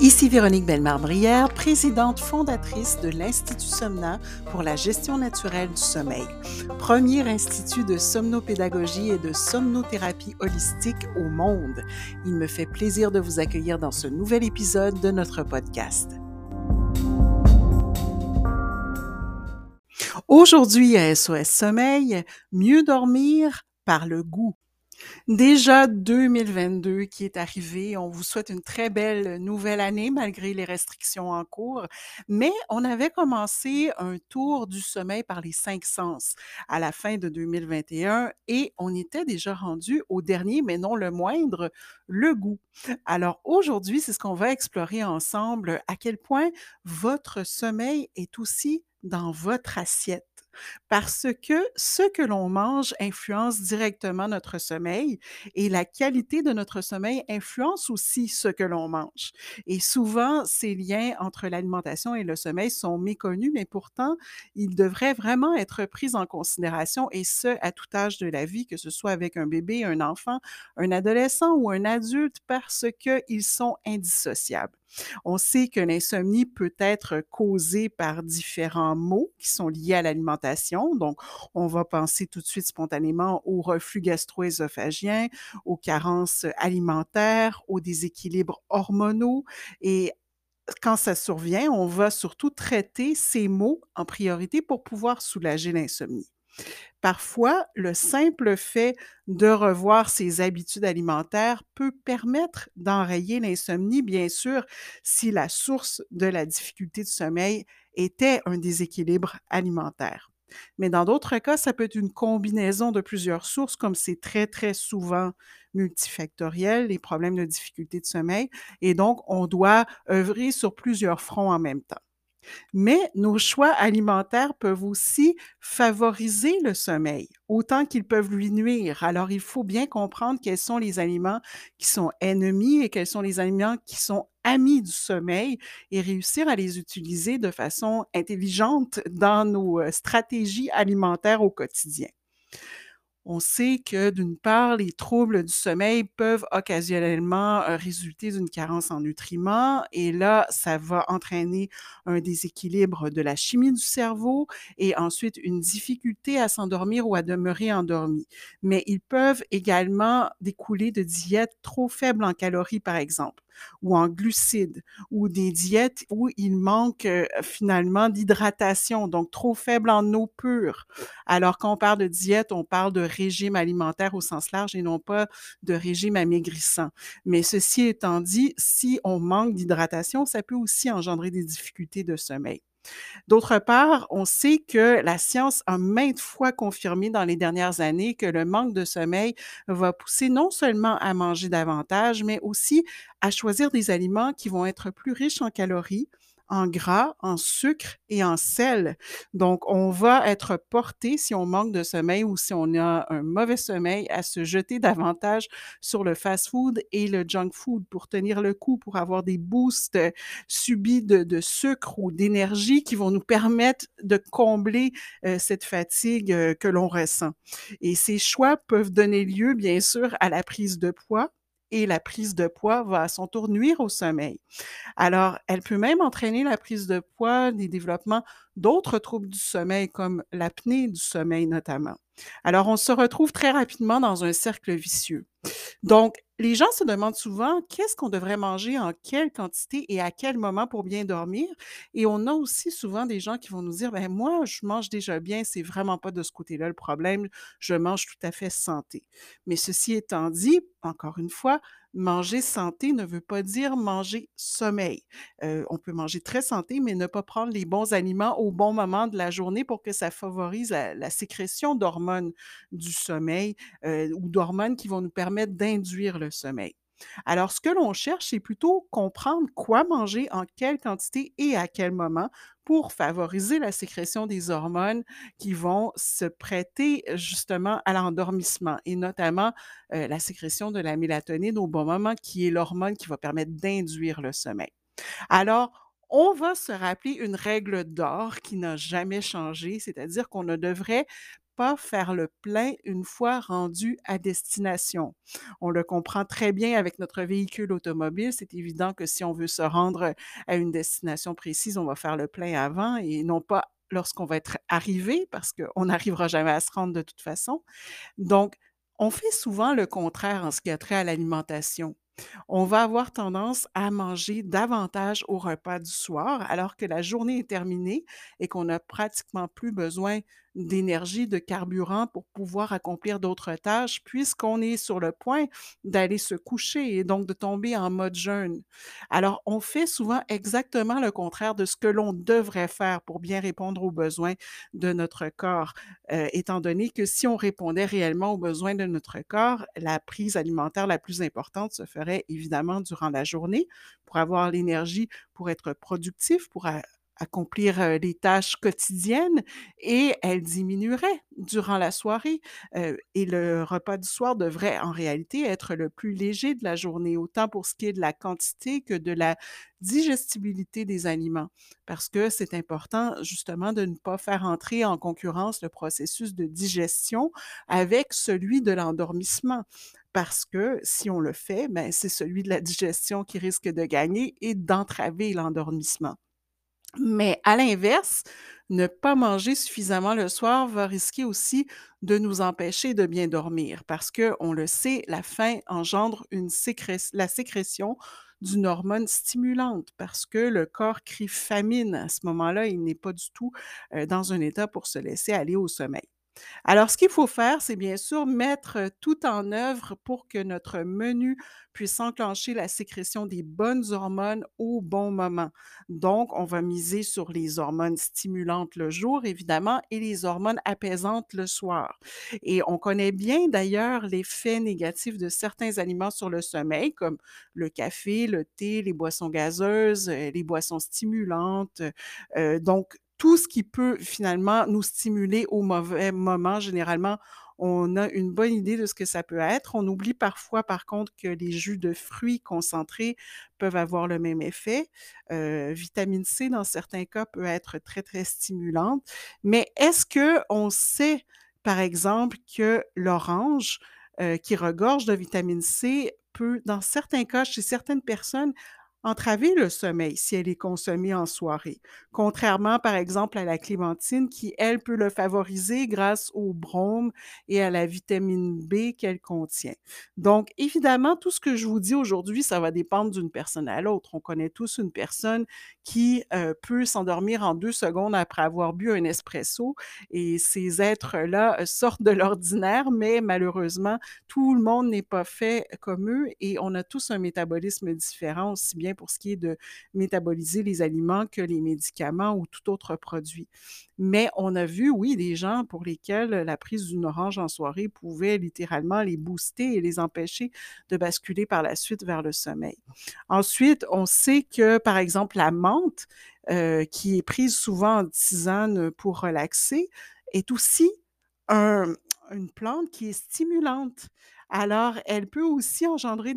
Ici Véronique Bellemare-Brière, présidente fondatrice de l'Institut Somna pour la gestion naturelle du sommeil, premier institut de somnopédagogie et de somnothérapie holistique au monde. Il me fait plaisir de vous accueillir dans ce nouvel épisode de notre podcast. Aujourd'hui à SOS Sommeil, mieux dormir par le goût. Déjà 2022 qui est arrivé, on vous souhaite une très belle nouvelle année malgré les restrictions en cours, mais on avait commencé un tour du sommeil par les 5 sens à la fin de 2021 et on était déjà rendu au dernier, mais non le moindre, le goût. Alors aujourd'hui, c'est ce qu'on va explorer ensemble, à quel point votre sommeil est aussi dans votre assiette. Parce que ce que l'on mange influence directement notre sommeil et la qualité de notre sommeil influence aussi ce que l'on mange. Et souvent, ces liens entre l'alimentation et le sommeil sont méconnus, mais pourtant, ils devraient vraiment être pris en considération et ce, à tout âge de la vie, que ce soit avec un bébé, un enfant, un adolescent ou un adulte, parce qu'ils sont indissociables. On sait que l'insomnie peut être causée par différents maux qui sont liés à l'alimentation. Donc, on va penser tout de suite spontanément au reflux gastro-œsophagien, aux carences alimentaires, aux déséquilibres hormonaux. Et quand ça survient, on va surtout traiter ces maux en priorité pour pouvoir soulager l'insomnie. Parfois, le simple fait de revoir ses habitudes alimentaires peut permettre d'enrayer l'insomnie, bien sûr, si la source de la difficulté de sommeil était un déséquilibre alimentaire. Mais dans d'autres cas, ça peut être une combinaison de plusieurs sources, comme c'est très, très souvent multifactoriel, les problèmes de difficulté de sommeil, et donc on doit œuvrer sur plusieurs fronts en même temps. Mais nos choix alimentaires peuvent aussi favoriser le sommeil, autant qu'ils peuvent lui nuire. Alors, il faut bien comprendre quels sont les aliments qui sont ennemis et quels sont les aliments qui sont amis du sommeil et réussir à les utiliser de façon intelligente dans nos stratégies alimentaires au quotidien. On sait que d'une part, les troubles du sommeil peuvent occasionnellement résulter d'une carence en nutriments et là, ça va entraîner un déséquilibre de la chimie du cerveau et ensuite une difficulté à s'endormir ou à demeurer endormi. Mais ils peuvent également découler de diètes trop faibles en calories, par exemple, ou en glucides, ou des diètes où il manque finalement d'hydratation, donc trop faible en eau pure. Alors, quand on parle de diète, on parle de régime alimentaire au sens large et non pas de régime amaigrissant. Mais ceci étant dit, si on manque d'hydratation, ça peut aussi engendrer des difficultés de sommeil. D'autre part, on sait que la science a maintes fois confirmé dans les dernières années que le manque de sommeil va pousser non seulement à manger davantage, mais aussi à choisir des aliments qui vont être plus riches en calories, en gras, en sucre et en sel. Donc, on va être porté, si on manque de sommeil ou si on a un mauvais sommeil, à se jeter davantage sur le fast-food et le junk food pour tenir le coup, pour avoir des boosts subis de sucre ou d'énergie qui vont nous permettre de combler cette fatigue que l'on ressent. Et ces choix peuvent donner lieu, bien sûr, à la prise de poids. Et la prise de poids va à son tour nuire au sommeil. Alors, elle peut même entraîner la prise de poids, des développements d'autres troubles du sommeil, comme l'apnée du sommeil notamment. Alors, on se retrouve très rapidement dans un cercle vicieux. Donc, les gens se demandent souvent qu'est-ce qu'on devrait manger, en quelle quantité et à quel moment pour bien dormir. Et on a aussi souvent des gens qui vont nous dire, ben moi, je mange déjà bien, c'est vraiment pas de ce côté-là le problème, je mange tout à fait santé. Mais ceci étant dit, encore une fois, manger santé ne veut pas dire manger sommeil. On peut manger très santé, mais ne pas prendre les bons aliments au bon moment de la journée pour que ça favorise la sécrétion d'hormones du sommeil ou d'hormones qui vont nous permettre d'induire le sommeil. Alors, ce que l'on cherche, c'est plutôt comprendre quoi manger, en quelle quantité et à quel moment pour favoriser la sécrétion des hormones qui vont se prêter justement à l'endormissement et notamment la sécrétion de la mélatonine au bon moment qui est l'hormone qui va permettre d'induire le sommeil. Alors, on va se rappeler une règle d'or qui n'a jamais changé, c'est-à-dire qu'on ne devrait pas faire le plein une fois rendu à destination. On le comprend très bien avec notre véhicule automobile. C'est évident que si on veut se rendre à une destination précise, on va faire le plein avant et non pas lorsqu'on va être arrivé, parce qu'on n'arrivera jamais à se rendre de toute façon. Donc, on fait souvent le contraire en ce qui a trait à l'alimentation. On va avoir tendance à manger davantage au repas du soir, alors que la journée est terminée et qu'on n'a pratiquement plus besoin d'énergie, de carburant pour pouvoir accomplir d'autres tâches, puisqu'on est sur le point d'aller se coucher et donc de tomber en mode jeûne. Alors, on fait souvent exactement le contraire de ce que l'on devrait faire pour bien répondre aux besoins de notre corps, étant donné que si on répondait réellement aux besoins de notre corps, la prise alimentaire la plus importante se ferait évidemment durant la journée pour avoir l'énergie pour être productif, pour accomplir les tâches quotidiennes, et elle diminuerait durant la soirée. Et le repas du soir devrait en réalité être le plus léger de la journée, autant pour ce qui est de la quantité que de la digestibilité des aliments, parce que c'est important justement de ne pas faire entrer en concurrence le processus de digestion avec celui de l'endormissement. Parce que si on le fait, ben, c'est celui de la digestion qui risque de gagner et d'entraver l'endormissement. Mais à l'inverse, ne pas manger suffisamment le soir va risquer aussi de nous empêcher de bien dormir parce que, on le sait, la faim engendre la sécrétion d'une hormone stimulante parce que le corps crie famine. À ce moment-là, il n'est pas du tout dans un état pour se laisser aller au sommeil. Alors, ce qu'il faut faire, c'est bien sûr mettre tout en œuvre pour que notre menu puisse enclencher la sécrétion des bonnes hormones au bon moment. Donc, on va miser sur les hormones stimulantes le jour, évidemment, et les hormones apaisantes le soir. Et on connaît bien d'ailleurs l'effet négatif de certains aliments sur le sommeil, comme le café, le thé, les boissons gazeuses, les boissons stimulantes. Donc, tout ce qui peut finalement nous stimuler au mauvais moment, généralement, on a une bonne idée de ce que ça peut être. On oublie parfois, par contre, que les jus de fruits concentrés peuvent avoir le même effet. Vitamine C, dans certains cas, peut être très, très stimulante. Mais est-ce qu'on sait, par exemple, que l'orange, qui regorge de vitamine C, peut, dans certains cas, chez certaines personnes, entraver le sommeil si elle est consommée en soirée? Contrairement, par exemple, à la clémentine qui, elle, peut le favoriser grâce au brome et à la vitamine B qu'elle contient. Donc, évidemment, tout ce que je vous dis aujourd'hui, ça va dépendre d'une personne à l'autre. On connaît tous une personne qui peut s'endormir en 2 secondes après avoir bu un espresso, et ces êtres-là sortent de l'ordinaire, mais malheureusement, tout le monde n'est pas fait comme eux et on a tous un métabolisme différent, aussi bien pour ce qui est de métaboliser les aliments que les médicaments ou tout autre produit. Mais on a vu, oui, des gens pour lesquels la prise d'une orange en soirée pouvait littéralement les booster et les empêcher de basculer par la suite vers le sommeil. Ensuite, on sait que, par exemple, la menthe, qui est prise souvent en tisane pour relaxer, est aussi un une plante qui est stimulante. Alors, elle peut aussi engendrer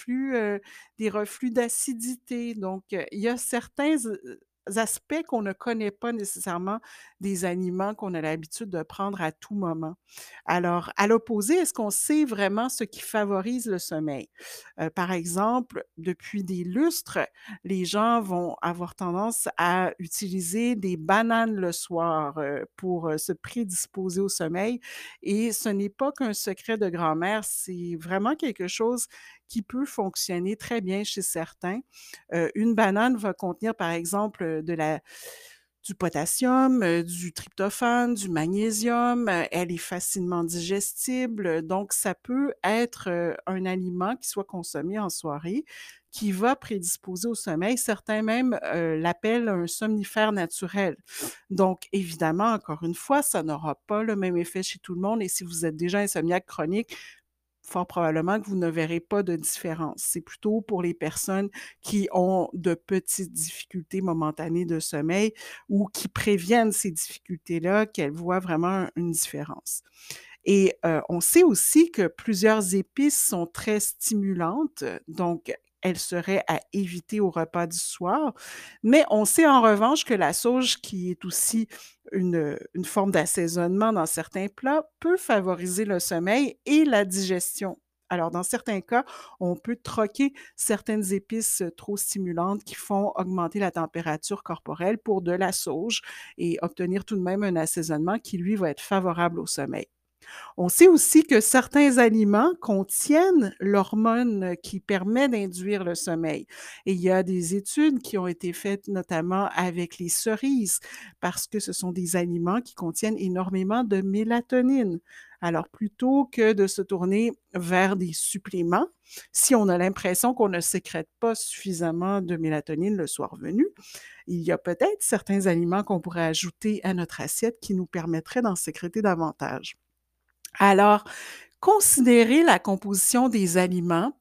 des reflux d'acidité. Donc, il y a certains aspects qu'on ne connaît pas nécessairement des aliments qu'on a l'habitude de prendre à tout moment. Alors, à l'opposé, est-ce qu'on sait vraiment ce qui favorise le sommeil? Par exemple, depuis des lustres, les gens vont avoir tendance à utiliser des bananes le soir, pour, se prédisposer au sommeil, et ce n'est pas qu'un secret de grand-mère, c'est vraiment quelque chose qui peut fonctionner très bien chez certains. Une banane va contenir, par exemple, du potassium, du tryptophane, du magnésium, elle est facilement digestible, donc ça peut être, un aliment qui soit consommé en soirée, qui va prédisposer au sommeil. Certains même, l'appellent un somnifère naturel. Donc évidemment, encore une fois, ça n'aura pas le même effet chez tout le monde, et si vous êtes déjà insomniaque chronique, fort probablement que vous ne verrez pas de différence. C'est plutôt pour les personnes qui ont de petites difficultés momentanées de sommeil ou qui préviennent ces difficultés-là qu'elles voient vraiment une différence. Et on sait aussi que plusieurs épices sont très stimulantes, donc elle serait à éviter au repas du soir. Mais on sait en revanche que la sauge, qui est aussi une forme d'assaisonnement dans certains plats, peut favoriser le sommeil et la digestion. Alors, dans certains cas, on peut troquer certaines épices trop stimulantes qui font augmenter la température corporelle pour de la sauge et obtenir tout de même un assaisonnement qui, lui, va être favorable au sommeil. On sait aussi que certains aliments contiennent l'hormone qui permet d'induire le sommeil. Et il y a des études qui ont été faites notamment avec les cerises, parce que ce sont des aliments qui contiennent énormément de mélatonine. Alors, plutôt que de se tourner vers des suppléments, si on a l'impression qu'on ne sécrète pas suffisamment de mélatonine le soir venu, il y a peut-être certains aliments qu'on pourrait ajouter à notre assiette qui nous permettraient d'en sécréter davantage. Alors, considérer la composition des aliments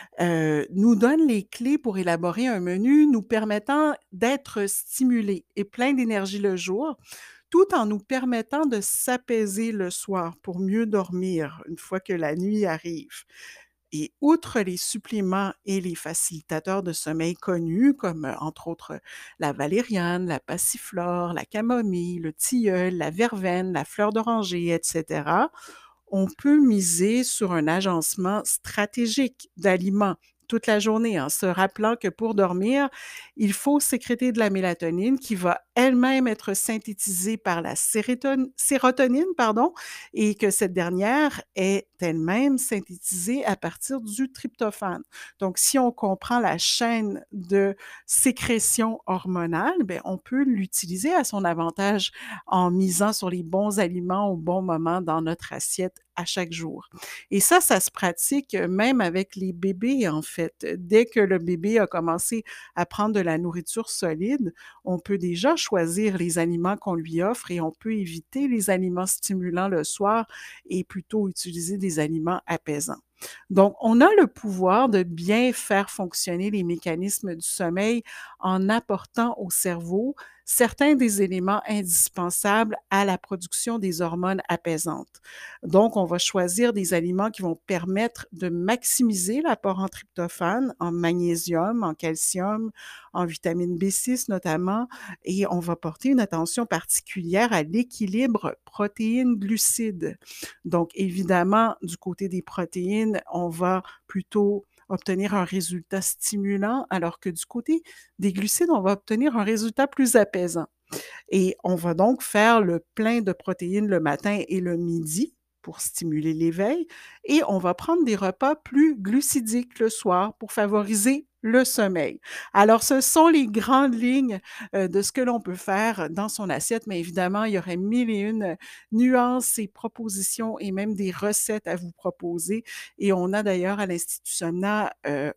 nous donne les clés pour élaborer un menu nous permettant d'être stimulés et plein d'énergie le jour, tout en nous permettant de s'apaiser le soir pour mieux dormir une fois que la nuit arrive. Et outre les suppléments et les facilitateurs de sommeil connus, comme entre autres la valériane, la passiflore, la camomille, le tilleul, la verveine, la fleur d'oranger, etc., on peut miser sur un agencement stratégique d'aliments toute la journée, en se rappelant que pour dormir, il faut sécréter de la mélatonine qui va elle-même être synthétisée par la sérotonine, pardon, et que cette dernière est elle-même synthétisée à partir du tryptophane. Donc, si on comprend la chaîne de sécrétion hormonale, bien, on peut l'utiliser à son avantage en misant sur les bons aliments au bon moment dans notre assiette à chaque jour. Et ça se pratique même avec les bébés, en fait. Dès que le bébé a commencé à prendre de la nourriture solide, on peut déjà choisir les aliments qu'on lui offre et on peut éviter les aliments stimulants le soir et plutôt utiliser des aliments apaisants. Donc, on a le pouvoir de bien faire fonctionner les mécanismes du sommeil en apportant au cerveau certains des éléments indispensables à la production des hormones apaisantes. Donc, on va choisir des aliments qui vont permettre de maximiser l'apport en tryptophane, en magnésium, en calcium, en vitamine B6 notamment, et on va porter une attention particulière à l'équilibre protéines-glucides. Donc, évidemment, du côté des protéines, on va plutôt obtenir un résultat stimulant, alors que du côté des glucides, on va obtenir un résultat plus apaisant. Et on va donc faire le plein de protéines le matin et le midi pour stimuler l'éveil, et on va prendre des repas plus glucidiques le soir pour favoriser le sommeil. Alors, ce sont les grandes lignes de ce que l'on peut faire dans son assiette, mais évidemment, il y aurait mille et une nuances et propositions et même des recettes à vous proposer. Et on a d'ailleurs à l'Institut Somna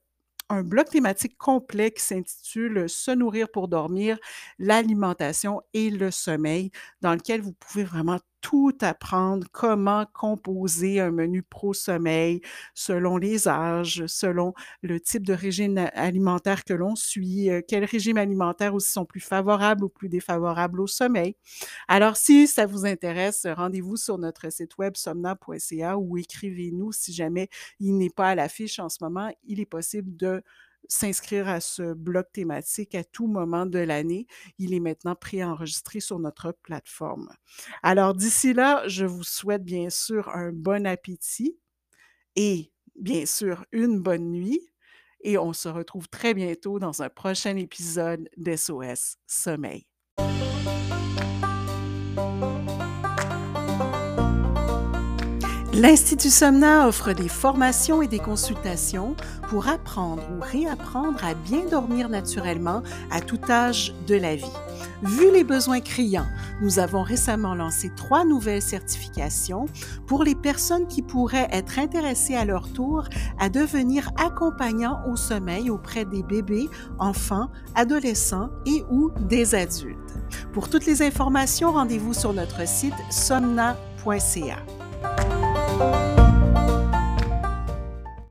un bloc thématique complet qui s'intitule Se nourrir pour dormir, l'alimentation et le sommeil, dans lequel vous pouvez vraiment tout apprendre, comment composer un menu pro-sommeil selon les âges, selon le type de régime alimentaire que l'on suit, quels régimes alimentaires aussi sont plus favorables ou plus défavorables au sommeil. Alors, si ça vous intéresse, rendez-vous sur notre site web somna.ca ou écrivez-nous si jamais il n'est pas à l'affiche en ce moment. Il est possible de s'inscrire à ce bloc thématique à tout moment de l'année. Il est maintenant préenregistré sur notre plateforme. Alors, d'ici là, je vous souhaite bien sûr un bon appétit et bien sûr une bonne nuit. Et on se retrouve très bientôt dans un prochain épisode d'SOS Sommeil. L'Institut Somna offre des formations et des consultations pour apprendre ou réapprendre à bien dormir naturellement à tout âge de la vie. Vu les besoins criants, nous avons récemment lancé 3 nouvelles certifications pour les personnes qui pourraient être intéressées à leur tour à devenir accompagnants au sommeil auprès des bébés, enfants, adolescents et ou des adultes. Pour toutes les informations, rendez-vous sur notre site somna.ca.